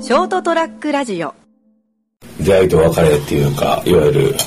ショートトラックラジオ。 出会いと別れっていうか、いわゆる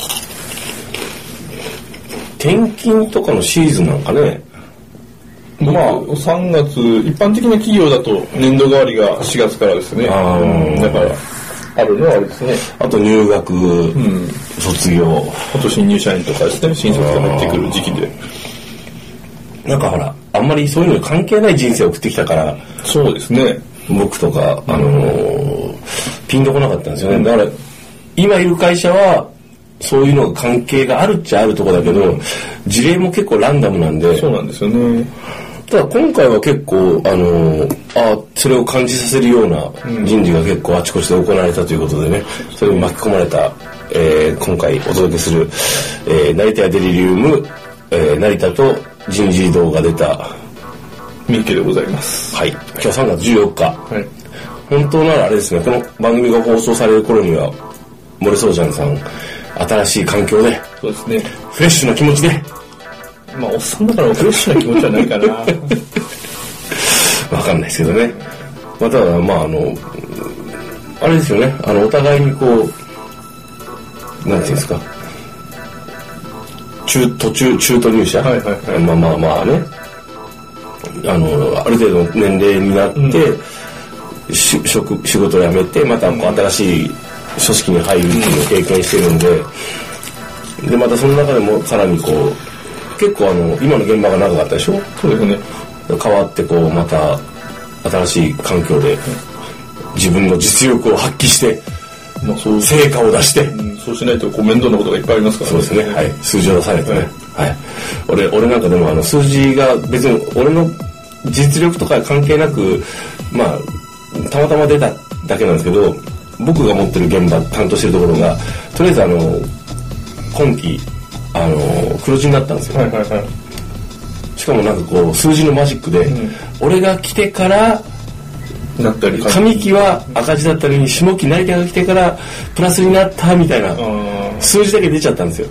転勤とかのシーズンなんかね。 まあ3月、一般的な企業だと年度替わりが4月からですね。だからあるのはあれですね。 あと入学、卒業、 あと新入社員とかですね、新卒が入ってくる時期で。 なんかほら、あんまりそういうのに関係ない人生を送ってきたから、 そうですね。 僕とかピンとこなかったんですよね。だから今いる会社はそういうのが関係があるっちゃあるとこだけど、事例も結構ランダムなんで。 そうなんですよね。 ただ今回は結構それを感じさせるような人事が結構あちこちで行われたということでね、それに巻き込まれた、今回お届けする、成田屋デリリウム、成田と人事異動が出た三池でございます。 はい。今日3月14日。 はい。 本当ならあれですね、この番組が放送される頃にはモレソージャンさん新しい環境で、 そうですね、 フレッシュな気持ちで、 まあおっさんだからフレッシュな気持ちはないかなわかんないですけどね。まあ、ただまああれですよね、お互いにこうなんていうんですか、中途入社、 はいはいはい、 まあね、ある程度の年齢になって、仕事を辞めてまたこう新しい組織に入るっていうのを経験してるんで、でまたその中でもさらにこう結構今の現場が長かったでしょ。 そうですね。 変わってこうまた新しい環境で自分の実力を発揮して、 まあ、そう成果を出して、 そうしないとこう面倒なことがいっぱいありますからね。そうですね。はい。数字を出さないとね。はい。俺なんかでも数字が別に俺の実力とか関係なく、まあたまたま出ただけなんですけど、僕が持ってる現場担当してるところがとりあえず今期黒字になったんですよ。 はいはいはい。 しかもなんかこう数字のマジックで、俺が来てからなったり、 上期は赤字だったのに下期成田が来てからプラスになったみたいな数字だけ出ちゃったんですよ。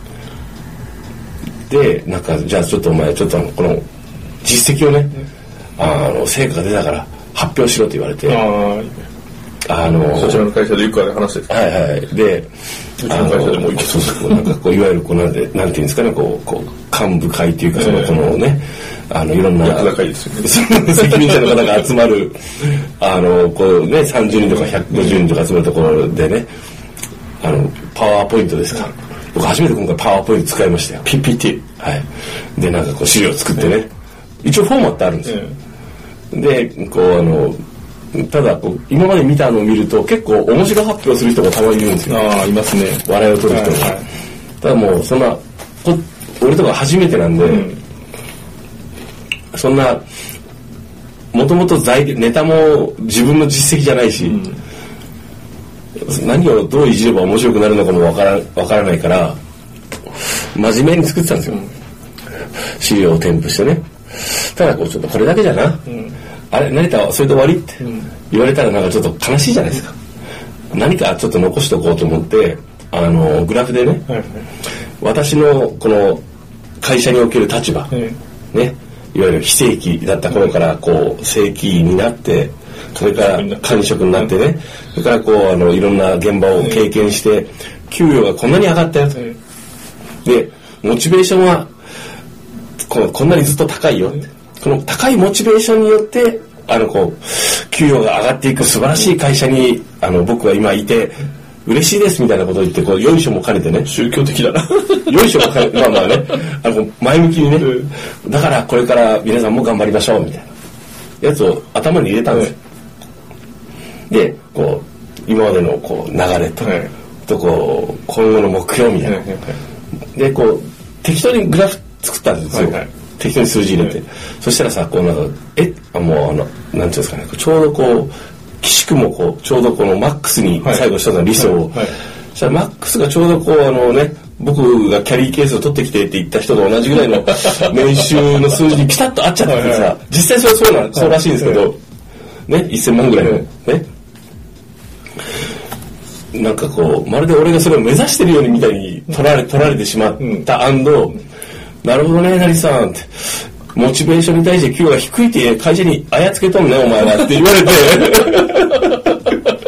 でなんかじゃあちょっとお前ちょっとこの実績をね、成果が出たから発表しろと言われて、 そちらの会社でよくある話です。 はいはい。で、 うちの会社でもいいけど、 そうなんかこういわゆるこうなんていうんですかね、こう幹部会っていうかこのね、いろんな役高いですよね。 責任者の方が集まるこうね30人とか150人とか集まるところでね、パワーポイントですか。僕初めて今回パワーポイント使いましたよ。 PPT。 はい。でなんかこう資料作ってね、一応フォーマットあるんですよ。でこうただこう今まで見たのを見ると結構面白発表する人がたまにいるんですよ。 いますね。 笑いを取る人が、ただもうそんな俺とか初めてなんで、そんなもともとネタも自分の実績じゃないし、何をどういじれば面白くなるのかもわからないから真面目に作ってたんですよ、資料を添付してね。ただこうちょっとこれだけじゃな、あれ成田はそれで終わりって言われたらなんかちょっと悲しいじゃないですか。何かちょっと残しておこうと思ってグラフでね、私のこの会社における立場、ね、いわゆる非正規だった頃からこう正規になって、それから管理職になってね、それからこういろんな現場を経験して給与がこんなに上がったよと、でモチベーションはこんなにずっと高いよって、この高いモチベーションによってこう給与が上がっていく素晴らしい会社に僕は今いて嬉しいですみたいなことを言って、こうよいしょも兼ねてね、 宗教的だなよいしょも兼ねてまあね前向きにね、だからこれから皆さんも頑張りましょうみたいなやつを頭に入れたんですよ。でこう今までのこう流れとこう今後の目標みたいな、でこう適当にグラフ作ったんですよ、適当に数字入れて、そしたらさこうなんかもうなんていうんですかね、ちょうどこう岸区もこうちょうどこのマックスに最後したの理想を、そしたらマックスがちょうどこうね、僕がキャリーケースを取ってきてって言った人と同じぐらいの年収の数字にピタッと合っちゃっててさ、実際それはそうらしいんですけどね、1000万ぐらいのね、なんかこうまるで俺がそれを目指してるようにみたいに取られてしまったなるほどね成さんって、モチベーションに対して給与が低いって会社にあやつけとんねお前はって言われて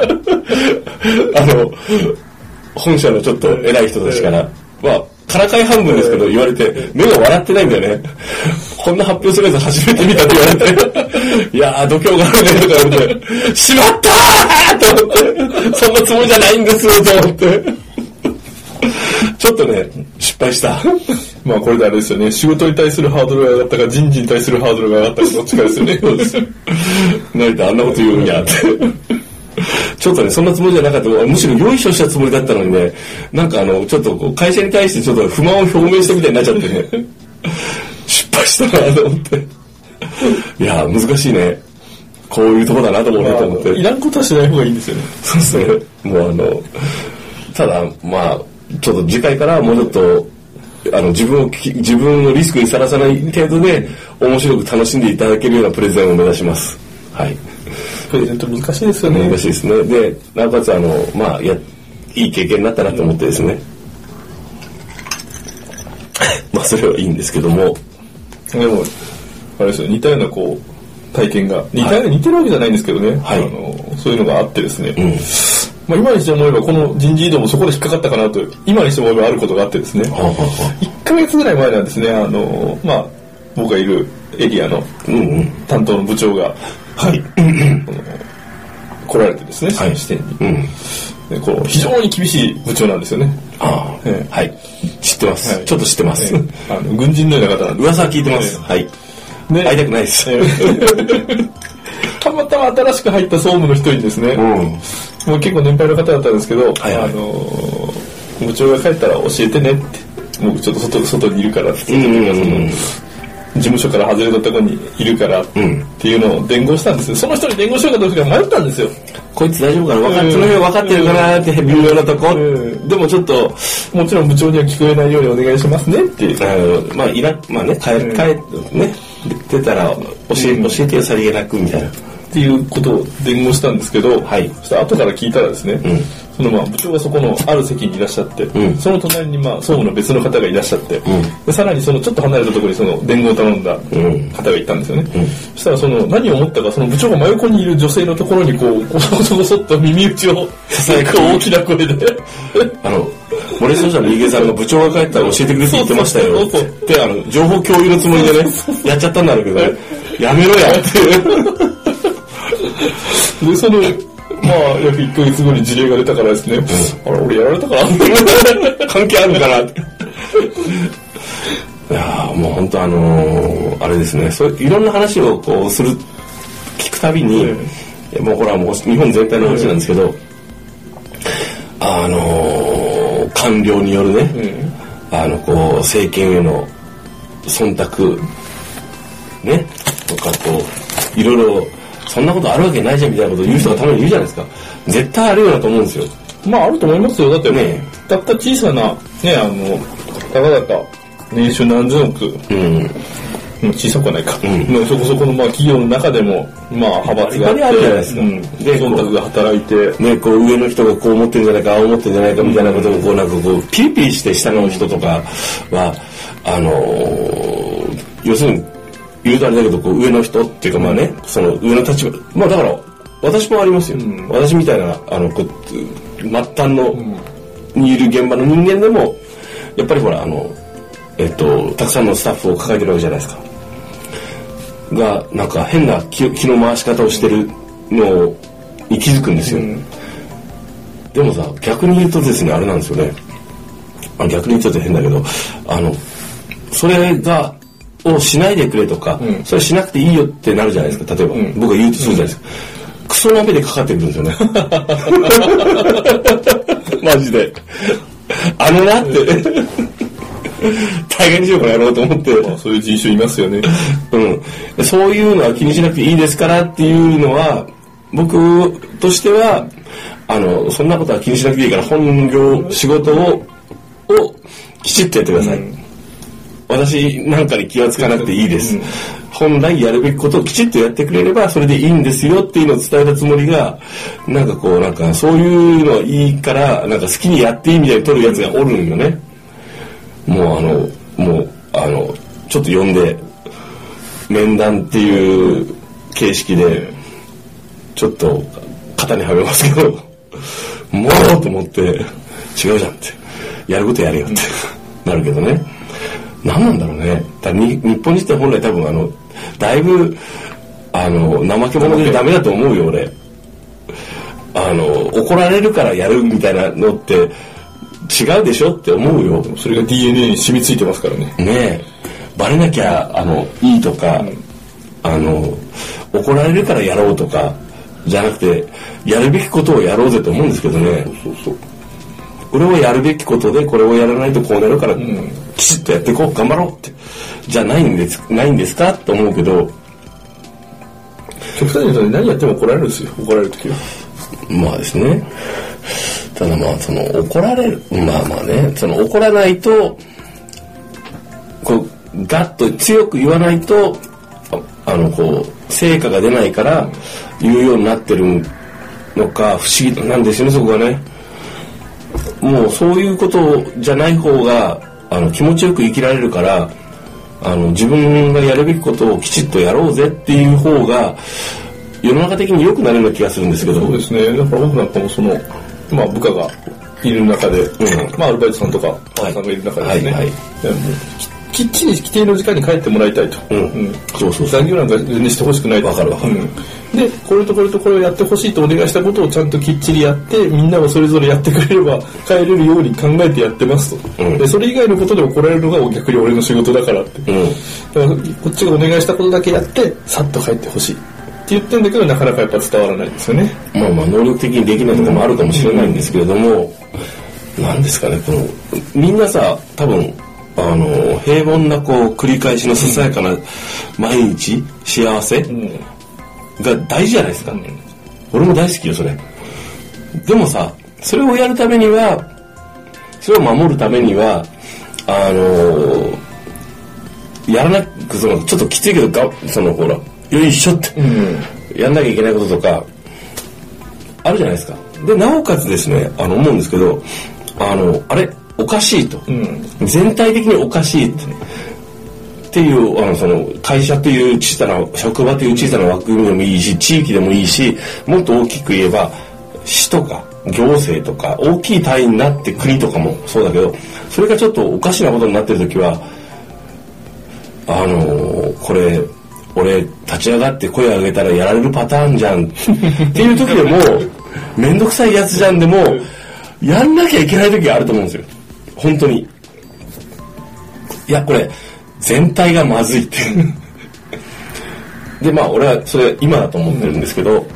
本社のちょっと偉い人たちから、まあ、からかい半分ですけど言われて、目が笑ってないんだよね。こんな発表するやつ初めて見たって言われて、いやー、度胸があるねとか言われて、しまったーと思って、そんなつもりじゃないんですよと思って。ちょっとね、失敗した。 まあこれであれですよね、仕事に対するハードルが上がったか、人事に対するハードルが上がったか、どっちかですよね。そうですよ。 成田あんなこと言うんやって。ちょっとね、そんなつもりじゃなかった。むしろよいしょしたつもりだったのにね、なんかちょっとこう会社に対してちょっと不満を表明したみたいになっちゃってね。失敗したなと思って。いやー、難しいね。こういうとこだなと思うなと思って。 いらんことはしない方がいいんですよね。 そうですね。もうただ、まあ、ちょっと次回からもうちょっと、自分のリスクにさらさない程度で面白く楽しんでいただけるようなプレゼンを目指します。はい。 プレゼント難しいですよね。 難しいですね。で、なおかつまあいい経験になったなと思ってですね。まあそれはいいんですけども。 でもあれですよ、似たようなこう体験が似てるわけじゃないんですけどね。はい。そういうのがあってですね。まあ今にして思えばこの人事異動もそこで引っかかったかなと今にして思えばあることがあってですね。1ヶ月ぐらい前なんですね。まあ僕がいるエリアの担当の部長が。はい、来られてですね、はい、支店に、でこう非常に厳しい部長なんですよね。 はい、知ってます、はい、ちょっと知ってます、 軍人のような方なんです。 噂は聞いてます、はい。で会いたくないです、 たまたま新しく入った総務の一人にですね、もう結構年配の方だったんですけど、部長が帰ったら教えてねって、僕ちょっと外にいるからって事務所から外れたところにいるからっていうのを伝言したんですよ。その人に伝言しようかどうか迷ったんですよ。 こいつ大丈夫かな、その辺分かってるかなって微妙なとこ、でもちょっともちろん部長には聞こえないようにお願いしますねってまあね帰ね出たら教えてよさりげなくみたいなっていうことを伝言したんですけど、はい、そして後から聞いたらですね、その部長がそこのある席にいらっしゃって、その隣に総務の別の方がいらっしゃって、でさらにそのちょっと離れたところにその伝言を頼んだ方がいたんですよね。そしたら何を思ったか、その部長が真横にいる女性のところにこうコソコソっと耳打ちを大きな声で森下の人間さんが部長が帰ったら教えてくれって言ってましたよって情報共有のつもりでねやっちゃったんだろうけど、やめろやってでまあ約1ヶ月後に事例が出たからですね、あれ俺やられたかな関係あるかなっていやもう本当あれですね、そういろんな話をこう聞くたびに、もうこれはもう日本全体の話なんですけど、官僚によるね、こう政権への忖度ねとかこういろいろそんなことあるわけないじゃんみたいなことを言う人がたまにいるじゃないですか。絶対あるようだと思うんですよ。 まああると思いますよ。だってね、たった小さなねたかだか年収何千億、小さくはないか、そこそこの企業の中でも派閥があって、で忖度が働いて、 ね、こう上の人がこう思ってるんじゃないか、ああ思ってるんじゃないかみたいなことをこうなんかこうピリピリして下の人とかは要するに言うとあれだけどこう上の人っていうかその上の立場だから私もありますよ、私みたいな末端の、にいる現場の人間でもやっぱりほらたくさんのスタッフを抱えてるわけじゃないですかがなんか変な気の回し方をしてるのに気づくんですよ、でもさ逆に言うとですねあれなんですよね、逆に言うと変だけどそれをしないでくれとか、それしなくていいよってなるじゃないですか。例えば、僕が言うとそうじゃないですか。クソ鍋でかかってくるんですよね。マジで。なって大概にしようかなやろうと思って、 そういう人種いますよね。 そういうのは気にしなくていいですからっていうのは僕としてはそんなことは気にしなくていいから本業仕事をきちっとやってください。私なんかに気はつかなくていいです、本来やるべきことをきちっとやってくれればそれでいいんですよっていうのを伝えたつもりがなんかそういうのはいいからなんか好きにやっていいみたいに取るやつがおるんよね。もうちょっと呼んで面談っていう形式でちょっと型にはめますけどもうと思って違うじゃんってやることやれよってなるけどね。何なんだろうね。だ日本人って本来多分だいぶ怠け者でダメだと思うよ俺。怒られるからやるみたいなのって違うでしょって思うよ。 それが DNA に染みついてますからね。 ねえ、バレなきゃいいとか、怒られるからやろうとかじゃなくて、やるべきことをやろうぜと思うんですけどね。 そうこれをやるべきことで、これをやらないとこうなるから、きちっとやっていこう、頑張ろうってじゃないんですかと思うけど、 極端に言うと何やっても怒られるんですよ、怒られるときは。 まあですね。ただまあ怒られる、まあまあね、怒らないとこうガッと強く言わないと成果が出ないから言うようになってるのか不思議なんですよね、そこがね。もうそういうことじゃない方が気持ちよく生きられるから、自分がやるべきことをきちっとやろうぜっていう方が世の中的に良くなるような気がするんですけど。 そうですね。だから僕なんかも部下がいる中で、アルバイトさんとかパーさんがいる中でですね、きっちり規定の時間に帰ってもらいたいと。そう残業なんか全然してほしくないと。 わかる。 で、これとこれとこれをやってほしいとお願いしたことをちゃんときっちりやって、みんながそれぞれやってくれれば帰れるように考えてやってますと。で、それ以外のことで怒られるのが逆に俺の仕事だからって。だからこっちがお願いしたことだけやって、さっと帰ってほしい。って言ってるんだけど、なかなかやっぱ伝わらないんですよね。 まあ能力的にできないところもあるかもしれないんですけれども、なんですかね、みんなさ、多分平凡な繰り返しのささやかな毎日幸せが大事じゃないですか。俺も大好きよそれ。でもさ、それをやるためには、それを守るためにはやらなくちょっときついけどほらよいしょって、やんなきゃいけないこととかあるじゃないですか。でなおかつですね、思うんですけど、あれおかしいと、全体的におかしいっていう会社という小さな職場という小さな枠組みでもいいし、地域でもいいし、もっと大きく言えば市とか行政とか大きい単位になって国とかもそうだけど、それがちょっとおかしなことになってる時はこれ俺立ち上がって声を上げたらやられるパターンじゃんっていう時でもめんどくさいやつじゃんでもやんなきゃいけない時があると思うんですよ、本当に。いやこれ全体がまずいってでまあ俺はそれ今だと思ってるんですけど、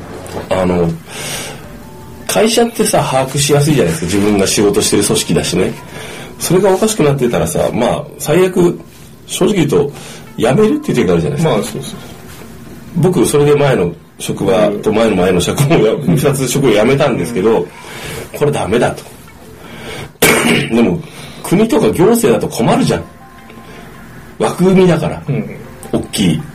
会社ってさ把握しやすいじゃないですか、自分が仕事してる組織だしね。それがおかしくなってたらさ、まあ最悪正直言うと辞めるっていう手があるじゃないですか。 まあそうそう。 僕それで前の職場と前の職も2つ職を辞めたんですけど、これダメだとでも国とか行政だと困るじゃん、枠組みだから、大きい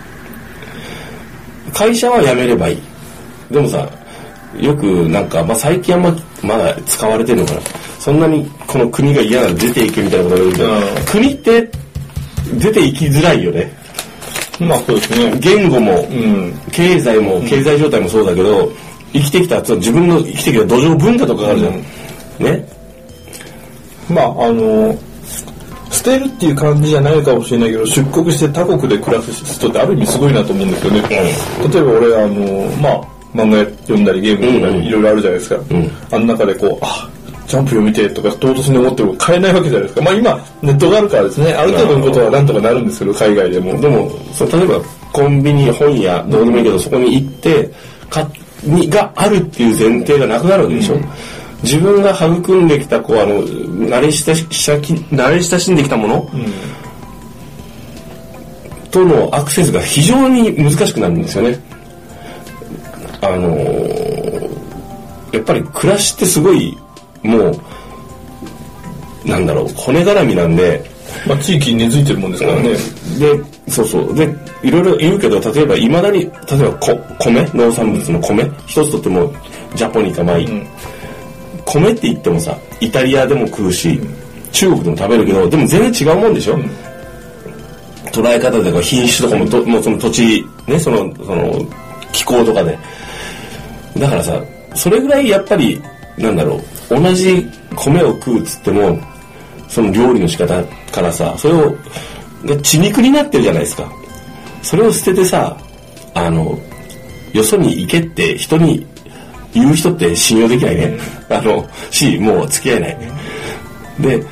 会社は辞めればいい。でもさ、よくなんか、最近まだ使われてるのかな、そんなにこの国が嫌なら出ていけみたいなことが言うけど、国って出ていきづらいよね。 まあそうですね。 言語も、経済も、経済状態もそうだけど、生きてきた自分の生きてきた土壌文化とかがあるじゃん、ね。まあ捨てるっていう感じじゃないかもしれないけど、出国して他国で暮らす人ってある意味すごいなと思うんですよね。例えば俺漫画読んだりゲーム読んだりいろいろあるじゃないですか。あの中でジャンプ読みてとか唐突に思っても買えないわけじゃないですか。まあ今ネットがあるからですね、ある程度のことはなんとかなるんですけど、海外でも。 でも例えばコンビニ、本屋どうでもいいけど、そこに行ってがあるっていう前提がなくなるわけでしょ。自分が育んできた慣れ親しんできたもの、とのアクセスが非常に難しくなるんですよね。やっぱり暮らしってすごいもう骨絡みなんで、 地域に根付いてるもんですからね。 でいろいろ言うけど、例えば未だに米、農産物の米一つとってもジャポニカ米、米って言ってもさ、イタリアでも食うし、中国でも食べるけど、でも全然違うもんでしょ、捉え方とか品種とかもその土地ね、その気候とかで。だからさ、それぐらいやっぱりなんだろう、同じ米を食うっつってもその料理の仕方からさ、それを血肉になってるじゃないですか。それを捨ててさ、よそに行けって人に言う人って信用できないね。もう付き合えない。で、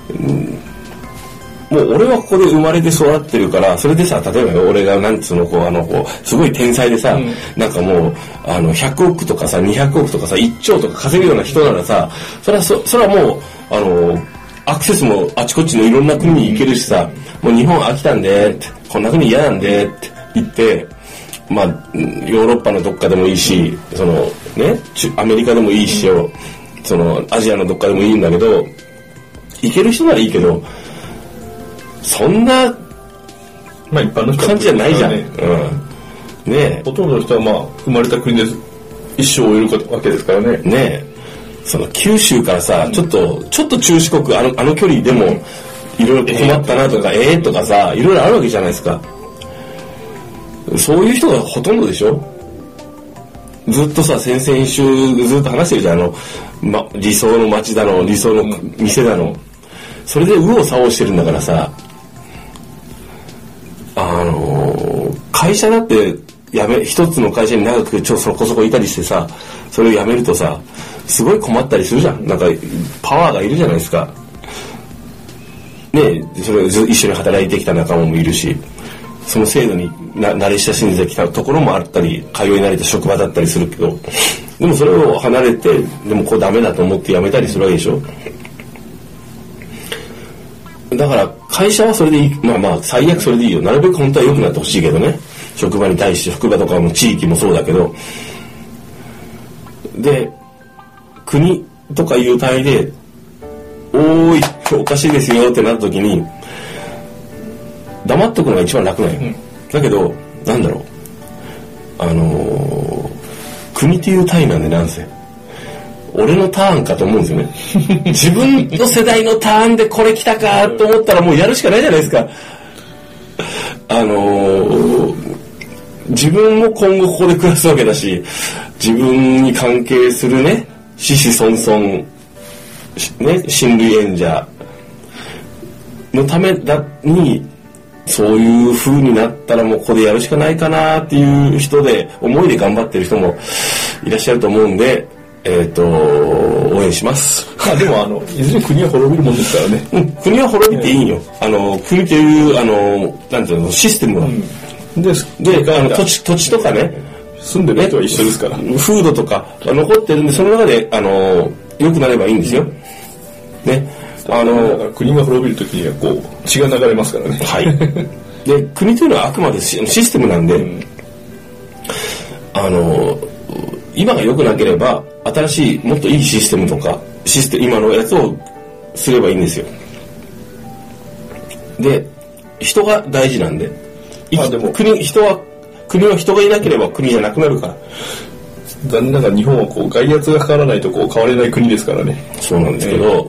もう俺はここで生まれて育ってるから、それでさ、例えば俺がなんつうのすごい天才でさ、なんかもう100億とかさ200億とかさ1兆とか稼ぐような人ならさ、それはもうアクセスもあちこちのいろんな国に行けるしさ、もう日本飽きたんでって、こんな国嫌なんでって言って、まあヨーロッパのどっかでもいいし、アメリカでもいいしよ、アジアのどっかでもいいんだけど、行ける人ならいいけど、そんなまあ一般の人感じじゃないじゃん。ね、 ほとんどの人はまあ生まれた国で一生を終えるわけですからね。 ね、九州からさ、ちょっと中四国あの距離でもいろいろ困ったなとかとかさ、いろいろあるわけじゃないですか。そういう人がほとんどでしょ。ずっとさ、先々週ずっと話してるじゃん。理想の街だの、理想の店だの、それで右往左往してるんだからさ、会社だって一つの会社に長くそこそこいたりしてさ、それを辞めるとさ、すごい困ったりするじゃん。なんかパワーがいるじゃないですかね。それ一緒に働いてきた仲間もいるし、その制度に慣れ親しんできたところもあったり、通い慣れた職場だったりするけど、でもそれを離れて、でもダメだと思って辞めたりするわけでしょ。だから会社はそれでいい、まあ最悪それでいいよ。なるべく本当は良くなってほしいけどね。職場に対して、職場とかも地域もそうだけど、で国とかいう単位でおかしいですよってなった時に黙っとくのが一番楽なんよ。だけどなんだろう、国っていう単位なんで、なんせ俺のターンかと思うんですよね。自分の世代のターンでこれ来たかと思ったらもうやるしかないじゃないですか。自分も今後ここで暮らすわけだし、自分に関係するね、子々孫々、ね、親類縁者のために、そういう風になったらもうここでやるしかないかなっていう人で、思いで頑張ってる人もいらっしゃると思うんで、応援します。 でもいずれ国は滅びるもんですからね。 国は滅びていいよ。国というなんていうの、システムは。で土地とかね、 住んでる人は一緒ですから。 風土とか残ってるんで、その中で良くなればいいんですよ。ね。 だから国が滅びるときには血が流れますからね。 はい。で国というのはあくまでシステムなんで、今が良くなければ新しいもっといいシステムとか今のやつをすればいいんですよ。で人が大事なんで、でも国は人がいなければ国じゃなくなるから。 残念ながら日本は外圧がかからないと変われない国ですからね。 そうなんですけど、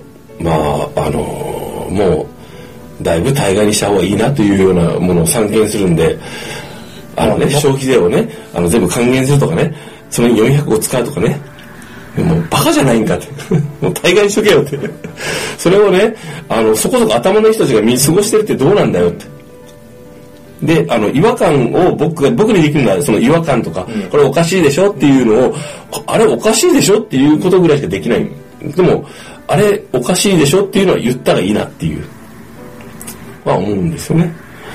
もうだいぶ対外にした方がいいなというようなものを散見するんで、消費税をね全部還元するとかね、それに400を使うとかね、もうバカじゃないんかってもう対外にしとけよってそれをねそこそこ頭のいい人たちが見過ごしてるってどうなんだよって。で違和感を僕にできるのはその違和感とか、これおかしいでしょっていうのを、あれおかしいでしょっていうことぐらいしかできない。でもあれおかしいでしょっていうのは言ったらいいなっていう思うんですよね。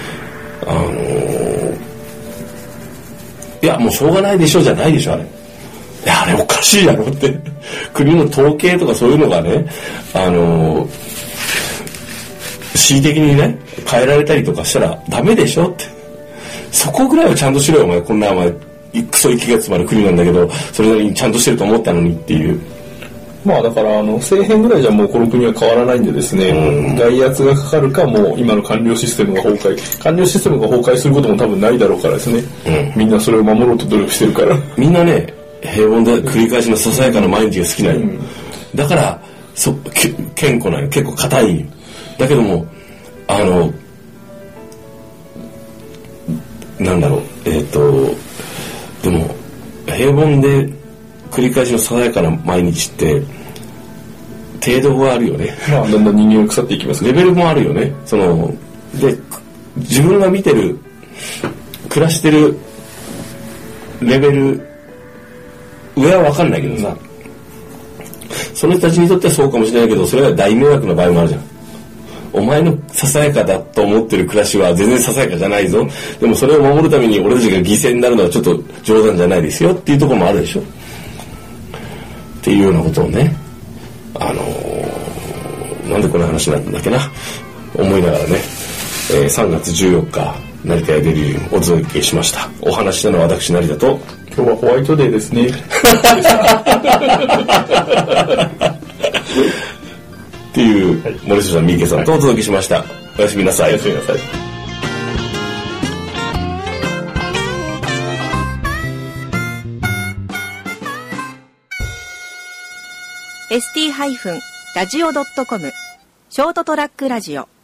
いやもうしょうがないでしょじゃないでしょ、あれ。いやあれおかしいやろって国の統計とかそういうのがね恣意的にね変えられたりとかしたらダメでしょって。そこぐらいはちゃんとしろよお前。こんなクソ息が詰まる国なんだけど、それなりにちゃんとしてると思ったのにっていう。 だから政変ぐらいじゃもうこの国は変わらないんでですね、外圧がかかるか、もう今の官僚システムが崩壊することも多分ないだろうからですね、みんなそれを守ろうと努力してるから。 みんなね平凡で繰り返しのささやかな毎日が好きなの、だから健康なの、結構硬い。だけどもなんだろうでも平凡で繰り返しのささやかな毎日って程度があるよね。 だんだん人間が腐っていきますね。 レベルもあるよね。で自分が見てる暮らしてるレベル上は分かんないけどさ、その人たちにとってはそうかもしれないけど、それは大迷惑な場合もあるじゃん。お前のささやかだと思ってる暮らしは全然ささやかじゃないぞ。でもそれを守るために俺たちが犠牲になるのはちょっと冗談じゃないですよっていうところもあるでしょ。っていうようなことをね、なんでこの話になったんだっけな、思いながらね、3月14日成田屋デリリウムお届けしました。お話したのは私成田と、 今日はホワイトデーですね。 っていう、はい、森下さん、三池さんとお届けしました。おやすみなさい。 おやすみなさい。 ST-radio.com ショートトラックラジオ